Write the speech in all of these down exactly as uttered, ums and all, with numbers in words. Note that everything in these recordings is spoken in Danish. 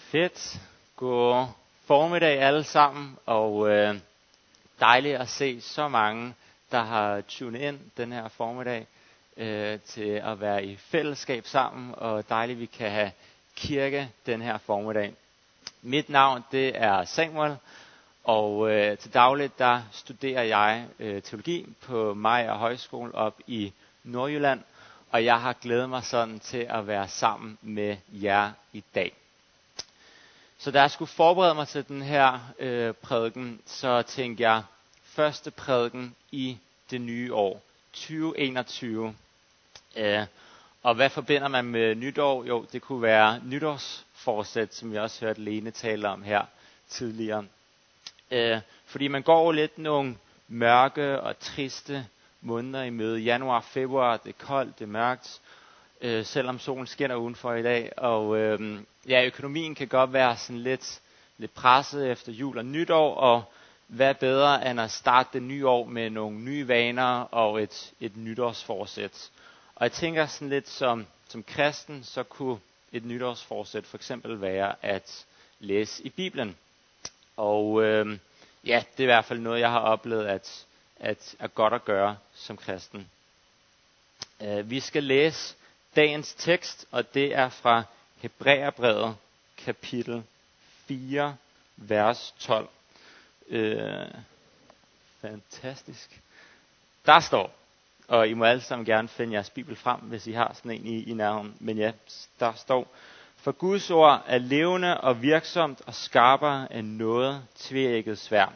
Fedt. God formiddag alle sammen, og øh, dejligt at se så mange, der har tunet ind den her formiddag øh, til at være i fællesskab sammen, og dejligt, vi kan have kirke den her formiddag. Mit navn, det er Samuel, og øh, til dagligt, der studerer jeg øh, teologi på Mariager Højskole op i Nordjylland, og jeg har glædet mig sådan til at være sammen med jer i dag. Så da jeg skulle forberede mig til den her øh, prædiken, så tænkte jeg, første prædiken i det nye år, tyve enogtyve. Øh, og hvad forbinder man med nytår? Jo, det kunne være nytårsforsæt, som vi også hørte Lene tale om her tidligere. Øh, fordi man går lidt nogle mørke og triste måneder i møde. Januar, februar, det er koldt, det er mørkt. Øh, selvom solen skinner udenfor i dag, og øh, ja, økonomien kan godt være sådan lidt, lidt presset efter jul og nytår, og hvad bedre end at starte det nye år med nogle nye vaner og et, et nytårsforsæt. Og jeg tænker sådan lidt som, som kristen, så kunne et nytårsforsæt for eksempel være at læse i Bibelen. Og øh, ja, det er i hvert fald noget, jeg har oplevet, at, at er godt at gøre som kristen. Øh, vi skal læse dagens tekst, og det er fra Hebræerbrevet, kapitel fire, vers tolv. Øh, fantastisk. Der står, og I må alle sammen gerne finde jeres bibel frem, hvis I har sådan en i, i nærheden. Men ja, der står, for Guds ord er levende og virksomt og skarpere end noget tveægget sværd.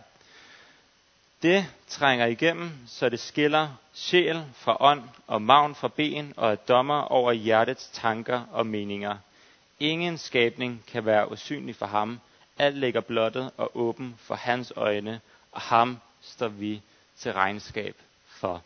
Det trænger igennem, så det skiller sjæl fra ånd og marven fra ben og er dommer over hjertets tanker og meninger. Ingen skabning kan være usynlig for ham. Alt ligger blottet og åben for hans øjne, og ham står vi til regnskab for.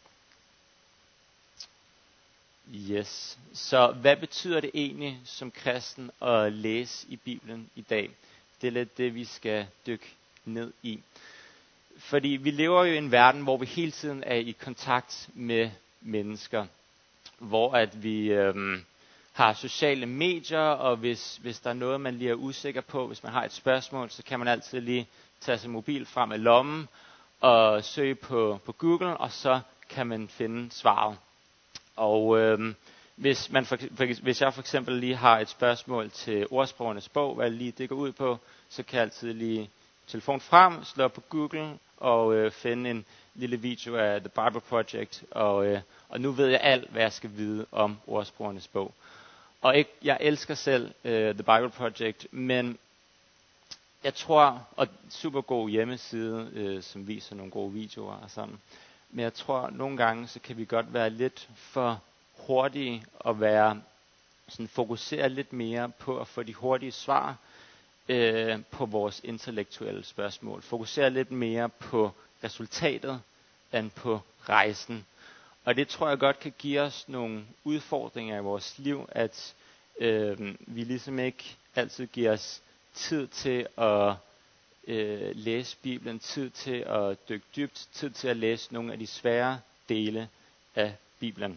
Yes. Så hvad betyder det egentlig som kristen at læse i Bibelen i dag? Det er lidt det, vi skal dykke ned i. Fordi vi lever jo i en verden, hvor vi hele tiden er i kontakt med mennesker. Hvor at vi øhm, har sociale medier, og hvis, hvis der er noget, man lige er usikker på, hvis man har et spørgsmål, så kan man altid lige tage sin mobil frem af lommen og søge på, på Google, og så kan man finde svaret. Og øhm, hvis, man for, for, hvis jeg for eksempel lige har et spørgsmål til Ordsprogenes bog, hvad lige det går ud på, så kan jeg altid lige telefon frem, slå på Google og øh, finde en lille video af The Bible Project, og, øh, og nu ved jeg alt, hvad jeg skal vide om Ordsprogenes bog. Og ikke, jeg elsker selv øh, The Bible Project, men jeg tror, og super god hjemmeside, øh, som viser nogle gode videoer og sådan, men jeg tror, nogle gange, så kan vi godt være lidt for hurtige og være sådan fokusere lidt mere på at få de hurtige svar øh, på vores intellektuelle spørgsmål. Fokusere lidt mere på resultatet end på rejsen. Og det tror jeg godt kan give os nogle udfordringer i vores liv, at øh, vi ligesom ikke altid giver os tid til at øh, læse Bibelen, tid til at dykke dybt, tid til at læse nogle af de svære dele af Bibelen.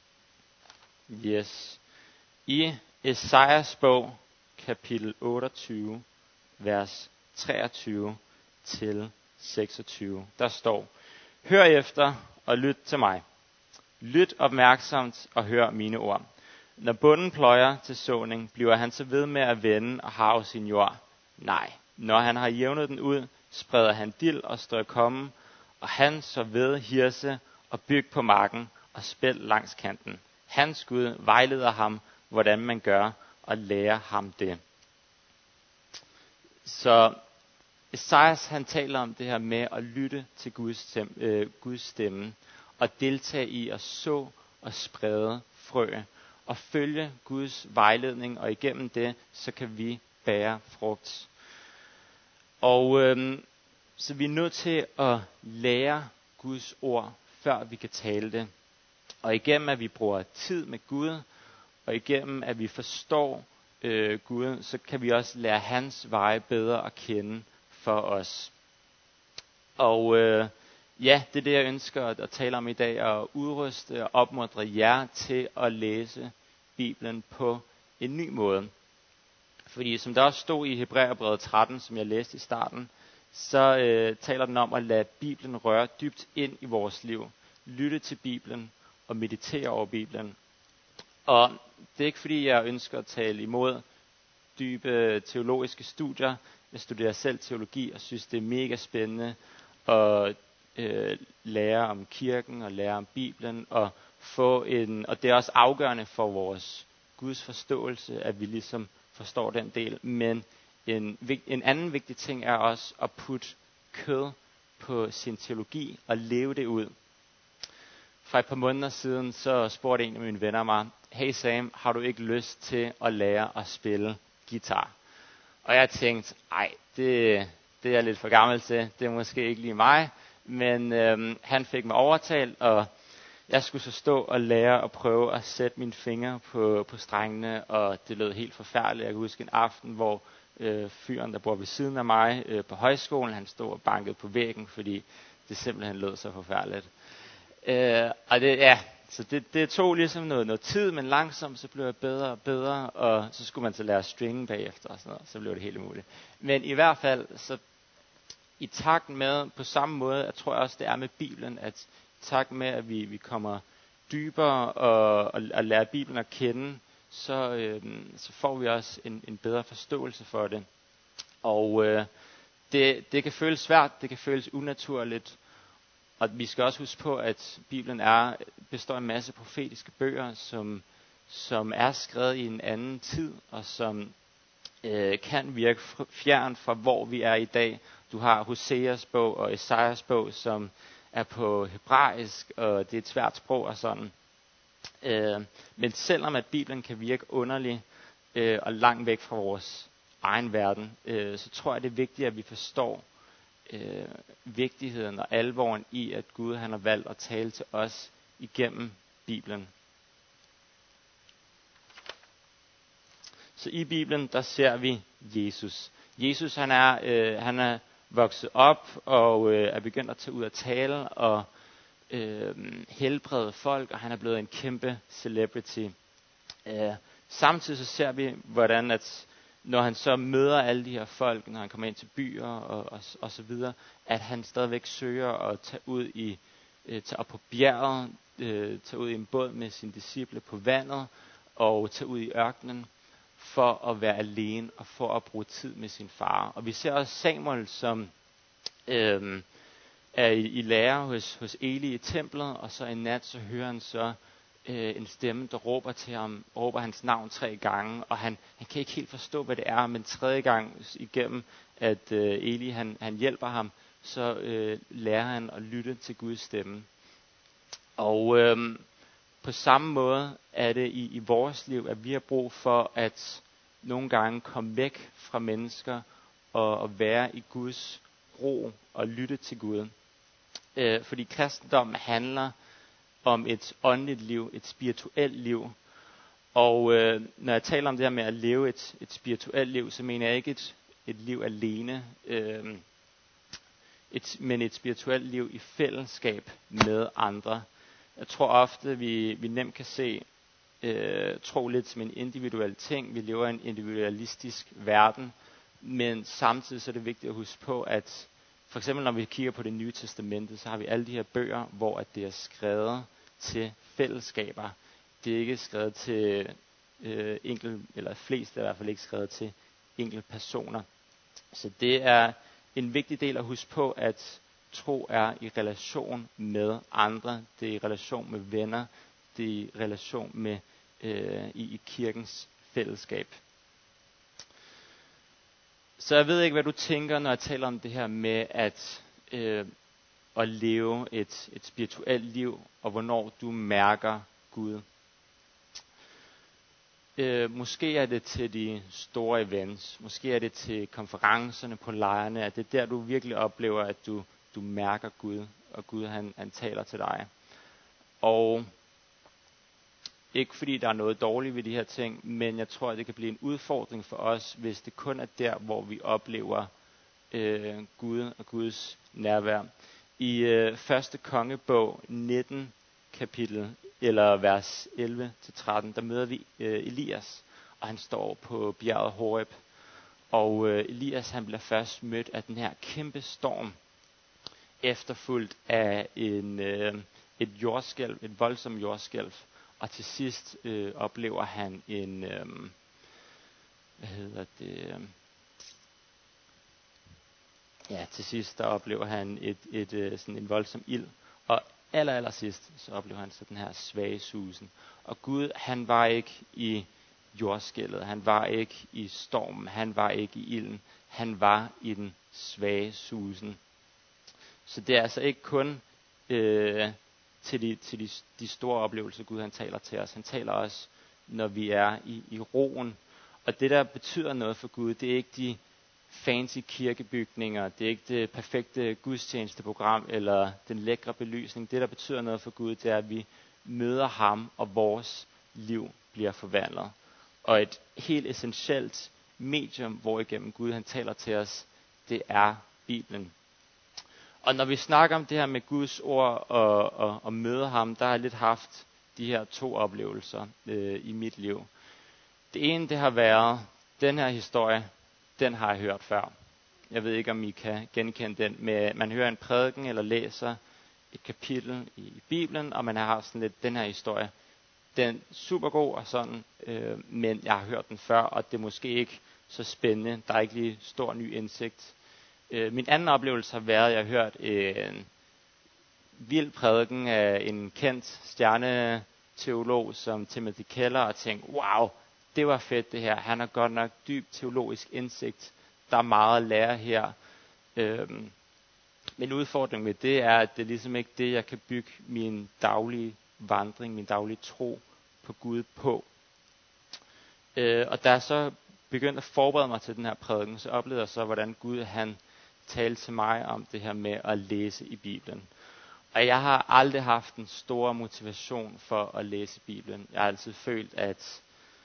Yes. I Esajas bog, kapitel otteogtyve, vers treogtyve til seksogtyve, der står, hør efter og lyt til mig. Lyt opmærksomt og hør mine ord. Når bonden pløjer til såning, bliver han så ved med at vende og harve sin jord? Nej. Når han har jævnet den ud, spreder han dild og strør kommen, og han så ved hirse og byg på marken og spæld langs kanten. Hans Gud vejleder ham, hvordan man gør, og lærer ham det. Så Esajas, han taler om det her med at lytte til Guds stemme, øh, Guds stemme og deltage i at så og sprede frø og følge Guds vejledning, og igennem det, så kan vi bære frugt. Og øhm, så vi er nødt til at lære Guds ord, før vi kan tale det. Og igennem at vi bruger tid med Gud, og igennem at vi forstår øh, Gud, så kan vi også lære hans veje bedre at kende for os. Og øh, ja, det er det, jeg ønsker at, at tale om i dag, at udruste og opmuntre jer til at læse Bibelen på en ny måde. Fordi som der også stod i Hebræerbrevet tretten, som jeg læste i starten, så øh, taler den om at lade Bibelen røre dybt ind i vores liv. Lytte til Bibelen og meditere over Bibelen. Og det er ikke fordi, jeg ønsker at tale imod dybe teologiske studier. Jeg studerer selv teologi og synes, det er mega spændende at øh, lære om kirken og lære om Bibelen. Og, få en, og det er også afgørende for vores Guds forståelse, at vi ligesom forstår den del. Men en, en anden vigtig ting er også at putte kød på sin teologi og leve det ud. For et par måneder siden, så spurgte en af mine venner mig, hey Sam, har du ikke lyst til at lære at spille guitar? Og jeg tænkte, ej, det, det er jeg lidt for gammel til, det er måske ikke lige mig. Men øhm, han fik mig overtalt, og jeg skulle så stå og lære at prøve at sætte mine fingre på, på strengene, og det lød helt forfærdeligt. Jeg kan huske en aften, hvor øh, fyren, der bor ved siden af mig øh, på højskolen, han stod og bankede på væggen, fordi det simpelthen lød så forfærdeligt. Øh, og det, ja, så det, det tog ligesom noget, noget tid, men langsomt så blev jeg bedre og bedre, og så skulle man så lære stringen bagefter og sådan noget, så blev det helt umuligt. Men i hvert fald, så i takt med, på samme måde, jeg tror også det er med Bibelen, at i takt med, at vi, vi kommer dybere og, og, og lærer Bibelen at kende, så, øh, så får vi også en, en bedre forståelse for det. Og øh, det, det kan føles svært, det kan føles unaturligt, og vi skal også huske på, at Bibelen er, består af en masse profetiske bøger, som, som er skrevet i en anden tid, og som øh, kan virke fjern fra, hvor vi er i dag. Du har Hoseas bog og Esajas bog, som er på hebraisk, og det er et svært sprog og sådan. Øh, men selvom at Bibelen kan virke underlig øh, og langt væk fra vores egen verden, øh, så tror jeg, det er vigtigt, at vi forstår øh, vigtigheden og alvoren i, at Gud han har valgt at tale til os igennem Bibelen. Så i Bibelen, der ser vi Jesus. Jesus han er, øh, han er vokset op og øh, er begyndt at tage ud og tale og øh, helbrede folk, og han er blevet en kæmpe celebrity. Øh, samtidig så ser vi, hvordan at når han så møder alle de her folk, når han kommer ind til byer og, og, og så videre, at han stadigvæk søger at tage ud i, øh, tage op på bjerget, øh, tage ud i en båd med sine disciple på vandet, og tage ud i ørkenen, for at være alene og for at bruge tid med sin far. Og vi ser også Samuel, som øh, er i, i lære hos, hos Eli i templet, og så en nat, så hører han så øh, en stemme, der råber til ham, råber hans navn tre gange, og han, han kan ikke helt forstå, hvad det er, men tredje gang igennem, at øh, Eli han, han hjælper ham, så øh, lærer han at lytte til Guds stemme. Og øh, på samme måde er det i, i vores liv, at vi har brug for at nogle gange komme væk fra mennesker og, og være i Guds ro og lytte til Gud. Øh, fordi kristendom handler om et åndeligt liv, et spirituelt liv. Og øh, når jeg taler om det her med at leve et, et spirituelt liv, så mener jeg ikke et, et liv alene, øh, et, men et spirituelt liv i fællesskab med andre. Jeg tror ofte, vi, vi nemt kan se øh, tro lidt som en individuel ting. Vi lever i en individualistisk verden, men samtidig så er det vigtigt at huske på, at for eksempel når vi kigger på det nye testamente, så har vi alle de her bøger, hvor at det er skrevet til fællesskaber. Det er ikke skrevet til øh, enkelt, eller flest er i hvert fald ikke skrevet til enkelte personer. Så det er en vigtig del at huske på, at tro er i relation med andre, det er i relation med venner, det er i relation med øh, i, i kirkens fællesskab. Så jeg ved ikke, hvad du tænker, når jeg taler om det her med at, øh, at leve et, et spirituelt liv, og hvornår du mærker Gud. Øh, måske er det til de store events, måske er det til konferencerne på lejrene, at det er der, du virkelig oplever, at du, du mærker Gud, og Gud han, han taler til dig. Og ikke fordi der er noget dårligt ved de her ting, men jeg tror, at det kan blive en udfordring for os, hvis det kun er der, hvor vi oplever øh, Gud og Guds nærvær. I øh, første kongebog nitten kapitel, eller vers elleve til tretten, der møder vi øh, Elias, og han står på bjerget Horeb, Og øh, Elias han bliver først mødt af den her kæmpe storm, efterfulgt af en, øh, et jordskælv, et voldsomt jordskælv. Og til sidst øh, oplever han en, øh, hvad hedder det, øh, ja, til sidst der oplever han et, et, et, sådan en voldsom ild. Og aller, aller sidst, så oplever han så den her svage susen. Og Gud, han var ikke i jordskælvet, han var ikke i stormen, han var ikke i ilden, han var i den svage susen. Så det er altså ikke kun øh, til, de, til de, de store oplevelser, Gud han taler til os. Han taler også, når vi er i, i roen. Og det, der betyder noget for Gud, det er ikke de fancy kirkebygninger, det er ikke det perfekte gudstjenesteprogram eller den lækre belysning. Det, der betyder noget for Gud, det er, at vi møder ham, og vores liv bliver forvandlet. Og et helt essentielt medium, hvor igennem Gud han taler til os, det er Bibelen. Og når vi snakker om det her med Guds ord og, og, og møde ham, der har jeg lidt haft de her to oplevelser øh, i mit liv. Det ene, det har været, den her historie, den har jeg hørt før. Jeg ved ikke, om I kan genkende den. Med, man hører en prædiken eller læser et kapitel i Bibelen, og man har sådan lidt den her historie. Den er super god og sådan, øh, men jeg har hørt den før, og det er måske ikke så spændende. Der er ikke lige stor ny indsigt. Øh, min anden oplevelse har været, at jeg har hørt en vild prædiken af en kendt stjerneteolog som Timothy Keller, og tænkte, wow, det var fedt det her. Han har godt nok dyb teologisk indsigt. Der er meget at lære her. Øhm, men udfordringen med det er, at det er ligesom ikke det, jeg kan bygge min daglige vandring, min daglige tro på Gud på. Øh, og da jeg så begyndte at forberede mig til den her prædiken, så oplevede jeg så, hvordan Gud han talte til mig om det her med at læse i Bibelen. Og jeg har aldrig haft en stor motivation for at læse Bibelen. Jeg har altid følt, at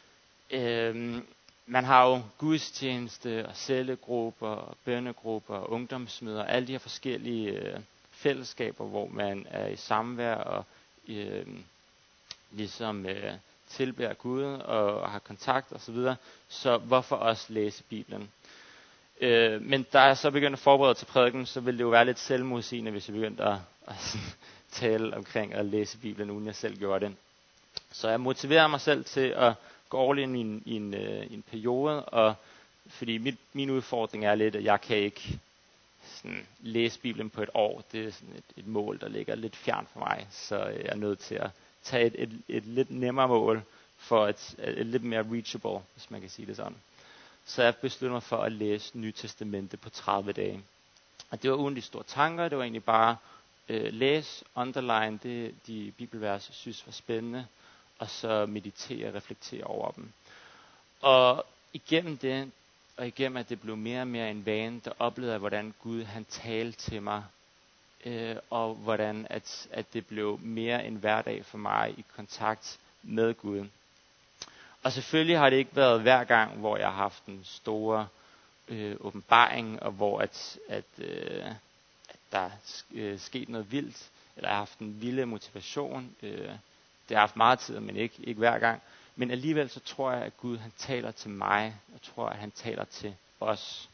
øhm, man har jo gudstjeneste og cellegrupper, og bønnegrupper og ungdomsmøder, alle de her forskellige øh, fællesskaber, hvor man er i samvær og øh, ligesom øh, tilbærer Gud og, og har kontakt osv. Så, videre. Så hvorfor også læse Bibelen? Øh, men da jeg så begyndte at forberede til prædiken, så ville det jo være lidt selvmodsigende, hvis jeg begyndte at, at tale omkring at læse Bibelen, uden jeg selv gjorde det. Så jeg motiverer mig selv til at gå all in i en, i en, øh, i en periode, og fordi mit, min udfordring er lidt, at jeg kan ikke sådan, læse Bibelen på et år. Det er sådan et, et mål, der ligger lidt fjern for mig, så jeg er nødt til at tage et, et, et lidt nemmere mål, for et, et, et lidt mere reachable, hvis man kan sige det sådan. Så jeg besluttede mig for at læse Nye Testamente på tredive dage. Og det var uden de store tanker, det var egentlig bare øh, læse, underline det, de bibelvers, jeg synes var spændende, og så meditere og reflektere over dem. Og igennem det, og igennem at det blev mere og mere en vane, der oplevede jeg, hvordan Gud han talte til mig, øh, og hvordan at, at det blev mere en hverdag for mig i kontakt med Gud. Og selvfølgelig har det ikke været hver gang, hvor jeg har haft en stor øh, åbenbaring, og hvor at, at, øh, at der er øh, sket noget vildt, eller jeg har haft en vild motivation. Øh, det har haft meget tid, men ikke, ikke hver gang. Men alligevel så tror jeg, at Gud han taler til mig. Jeg tror, at han taler til os.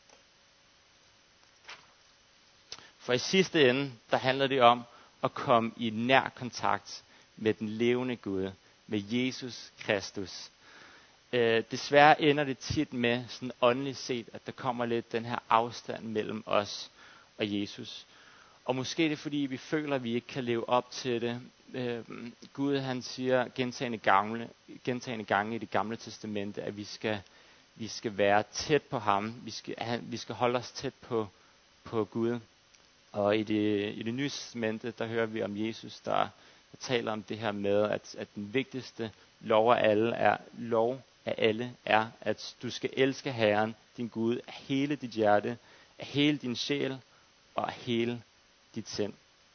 For i sidste ende, der handler det om at komme i nær kontakt med den levende Gud, med Jesus Kristus. Øh, desværre ender det tit med, sådan åndeligt set, at der kommer lidt den her afstand mellem os og Jesus. Og måske er det fordi, vi føler, at vi ikke kan leve op til det. Øh, Gud han siger gentagne gange, gentagne gange i det gamle testamente, at vi skal, vi skal være tæt på ham. Vi skal, han, vi skal holde os tæt på, på Gud. Og i det, i det nye testamente, der hører vi om Jesus, der, der taler om det her med, at, at den vigtigste lov af alle er, lov af alle er, at du skal elske Herren, din Gud, af hele dit hjerte, af hele din sjæl og af hele dit sind.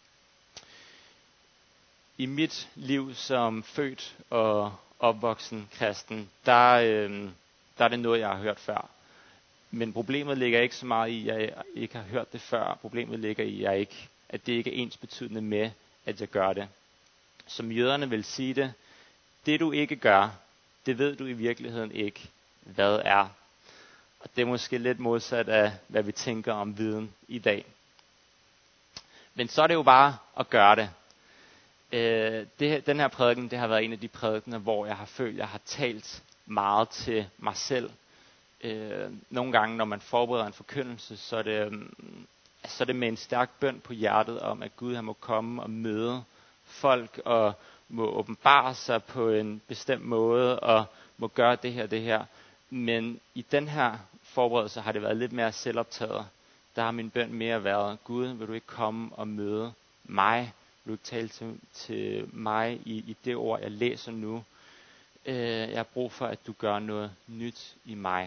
I mit liv som født og opvoksen kristen, der, øh, der er det noget, jeg har hørt før. Men problemet ligger ikke så meget i, at jeg ikke har hørt det før. Problemet ligger i, at, jeg ikke, at det ikke er ens betydende med, at jeg gør det. Som jøderne vil sige det, det du ikke gør, det ved du i virkeligheden ikke, hvad er. Og det er måske lidt modsat af, hvad vi tænker om viden i dag. Men så er det jo bare at gøre det. Øh, det den her prædiken, det har været en af de prædikener, hvor jeg har følt, jeg har talt meget til mig selv. Øh, nogle gange, når man forbereder en forkyndelse, så er det, um, så er det med en stærk bøn på hjertet om, at Gud han må komme og møde folk, og må åbenbare sig på en bestemt måde, og må gøre det her det her. Men i den her forberedelse har det været lidt mere selvoptaget. Der har min bøn mere været, Gud, vil du ikke komme og møde mig? Vil du ikke tale til, til mig i, i det ord, jeg læser nu? Øh, jeg har brug for, at du gør noget nyt i mig.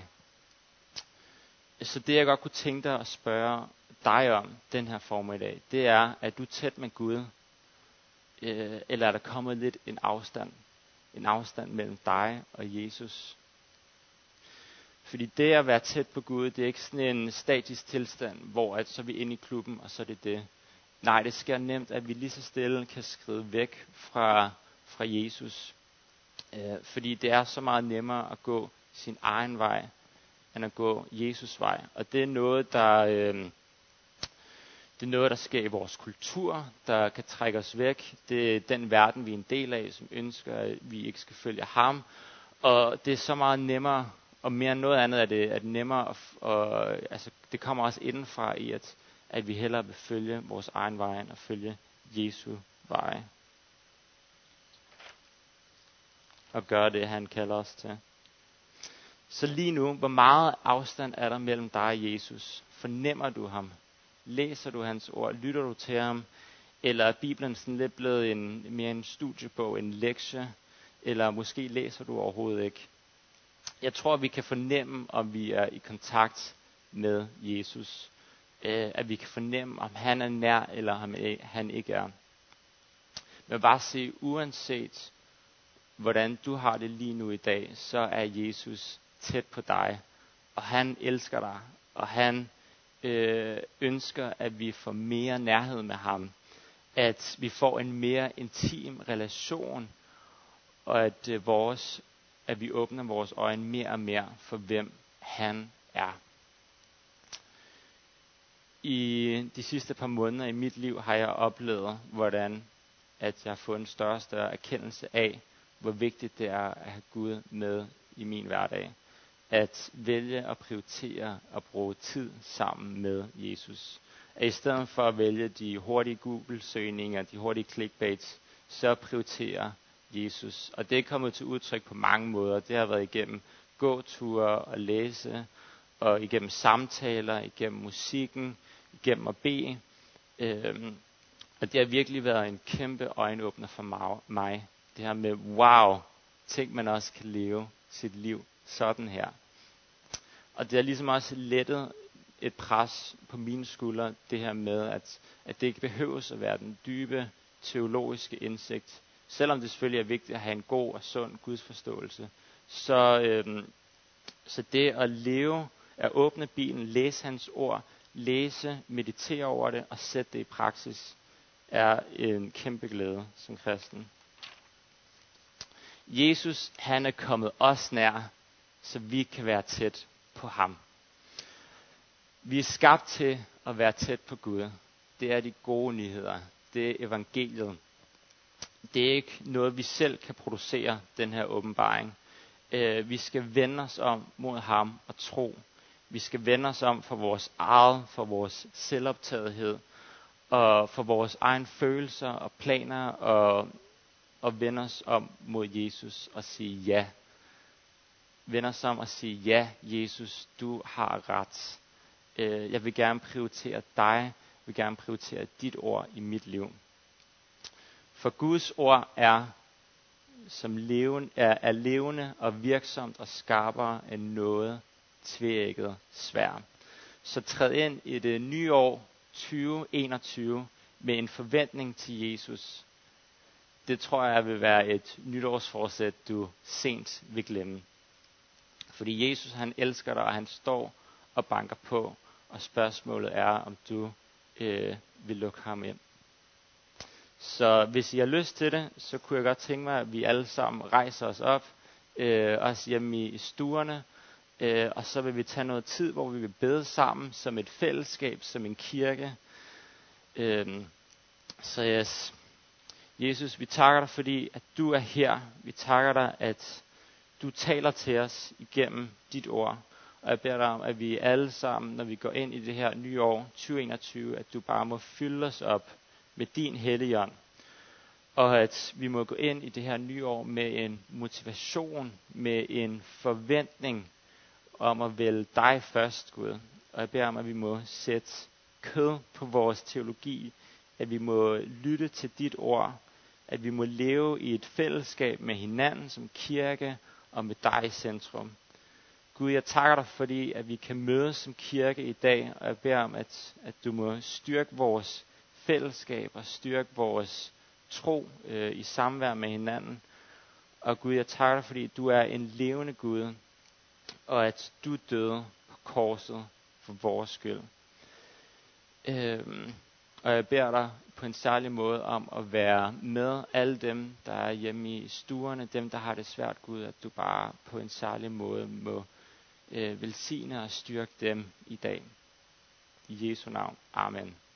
Så det, jeg godt kunne tænke dig at spørge dig om den her formiddag, det er, at du er tæt med Gud, øh, eller er der kommet lidt en afstand? En afstand mellem dig og Jesus? Fordi det at være tæt på Gud, det er ikke sådan en statisk tilstand, hvor at så er vi inde i klubben, og så er det det. Nej, det sker nemt, at vi lige så stille kan skride væk fra, fra Jesus. Øh, fordi det er så meget nemmere at gå sin egen vej, end at gå Jesus vej. Og det er noget, der, øh, det er noget, der sker i vores kultur, der kan trække os væk. Det er den verden, vi er en del af, som ønsker, at vi ikke skal følge ham. Og det er så meget nemmere, og mere end noget andet er det, er det nemmere, at, og, altså, det kommer også indenfra i, at, at vi hellere vil følge vores egen vej, og følge Jesu vej. Og gøre det, han kalder os til. Så lige nu, hvor meget afstand er der mellem dig og Jesus? Fornemmer du ham? Læser du hans ord? Lytter du til ham? Eller er Bibelen sådan lidt blevet en, mere en studiebog, en lektie? Eller måske læser du overhovedet ikke? Jeg tror, vi kan fornemme, om vi er i kontakt med Jesus. Øh, at vi kan fornemme, om han er nær, eller om han ikke er. Men bare se, uanset hvordan du har det lige nu i dag, så er Jesus tæt på dig. Og han elsker dig. Og han øh, ønsker, at vi får mere nærhed med ham. At vi får en mere intim relation. Og at, øh, vores, at vi åbner vores øjne mere og mere for, hvem han er. I de sidste par måneder i mit liv har jeg oplevet, hvordan at jeg har fået en større og større erkendelse af, hvor vigtigt det er at have Gud med i min hverdag. At vælge at prioritere at bruge tid sammen med Jesus. At i stedet for at vælge de hurtige Google-søgninger, de hurtige clickbaits, så prioriterer Jesus. Og det er kommet til udtryk på mange måder. Det har været igennem gåture og læse, og igennem samtaler, igennem musikken, igennem at bede. Øhm, og det har virkelig været en kæmpe øjenåbner for mig. Det her med, wow, tænk man også kan leve sit liv sådan her. Og det har ligesom også lettet et pres på mine skuldre, det her med, at, at det ikke behøves at være den dybe teologiske indsigt. Selvom det selvfølgelig er vigtigt at have en god og sund gudsforståelse, så, øhm, så det at leve, at åbne Bibelen, læse hans ord, læse, meditere over det og sætte det i praksis, er en kæmpe glæde som kristen. Jesus, han er kommet os nær, så vi kan være tæt på ham. Vi er skabt til at være tæt på Gud. Det er de gode nyheder. Det er evangeliet. Det er ikke noget, vi selv kan producere, den her åbenbaring. Øh, vi skal vende os om mod ham og tro. Vi skal vende os om for vores eget, for vores selvoptagethed, og for vores egen følelser og planer, og, og vende os om mod Jesus og sige ja. Vende os om og sige, ja, Jesus, du har ret. Øh, jeg vil gerne prioritere dig. Jeg vil gerne prioritere dit ord i mit liv. For Guds ord er, som leven, er, er levende og virksomt og skarpere end noget tveægget sværd. Så træd ind i det nye år tyve enogtyve med en forventning til Jesus. Det tror jeg vil være et nytårsforsæt, du sent vil glemme. Fordi Jesus, han elsker dig, og han står og banker på. Og spørgsmålet er, om du øh, vil lukke ham ind. Så hvis I har lyst til det, så kunne jeg godt tænke mig, at vi alle sammen rejser os op. Øh, også hjemme i stuerne. Øh, og så vil vi tage noget tid, hvor vi vil bede sammen som et fællesskab, som en kirke. Øh, så yes. Jesus, vi takker dig, fordi at du er her. Vi takker dig, at du taler til os igennem dit ord. Og jeg beder dig om, at vi alle sammen, når vi går ind i det her nye år, tyve enogtyve, at du bare må fylde os op med din Helligånd. Og at vi må gå ind i det her nye år med en motivation, med en forventning om at vælge dig først, Gud. Og jeg beder om, at vi må sætte kød på vores teologi, at vi må lytte til dit ord, at vi må leve i et fællesskab med hinanden som kirke og med dig i centrum. Gud, jeg takker dig, fordi at vi kan mødes som kirke i dag, og jeg beder om, at, at du må styrke vores fællesskab og styrke vores tro øh, i samvær med hinanden. Og Gud, jeg takker dig, fordi du er en levende Gud, og at du døde på korset for vores skyld. Øhm, og jeg beder dig på en særlig måde om at være med alle dem, der er hjemme i stuerne, dem, der har det svært, Gud, at du bare på en særlig måde må øh, velsigne og styrke dem i dag. I Jesu navn. Amen.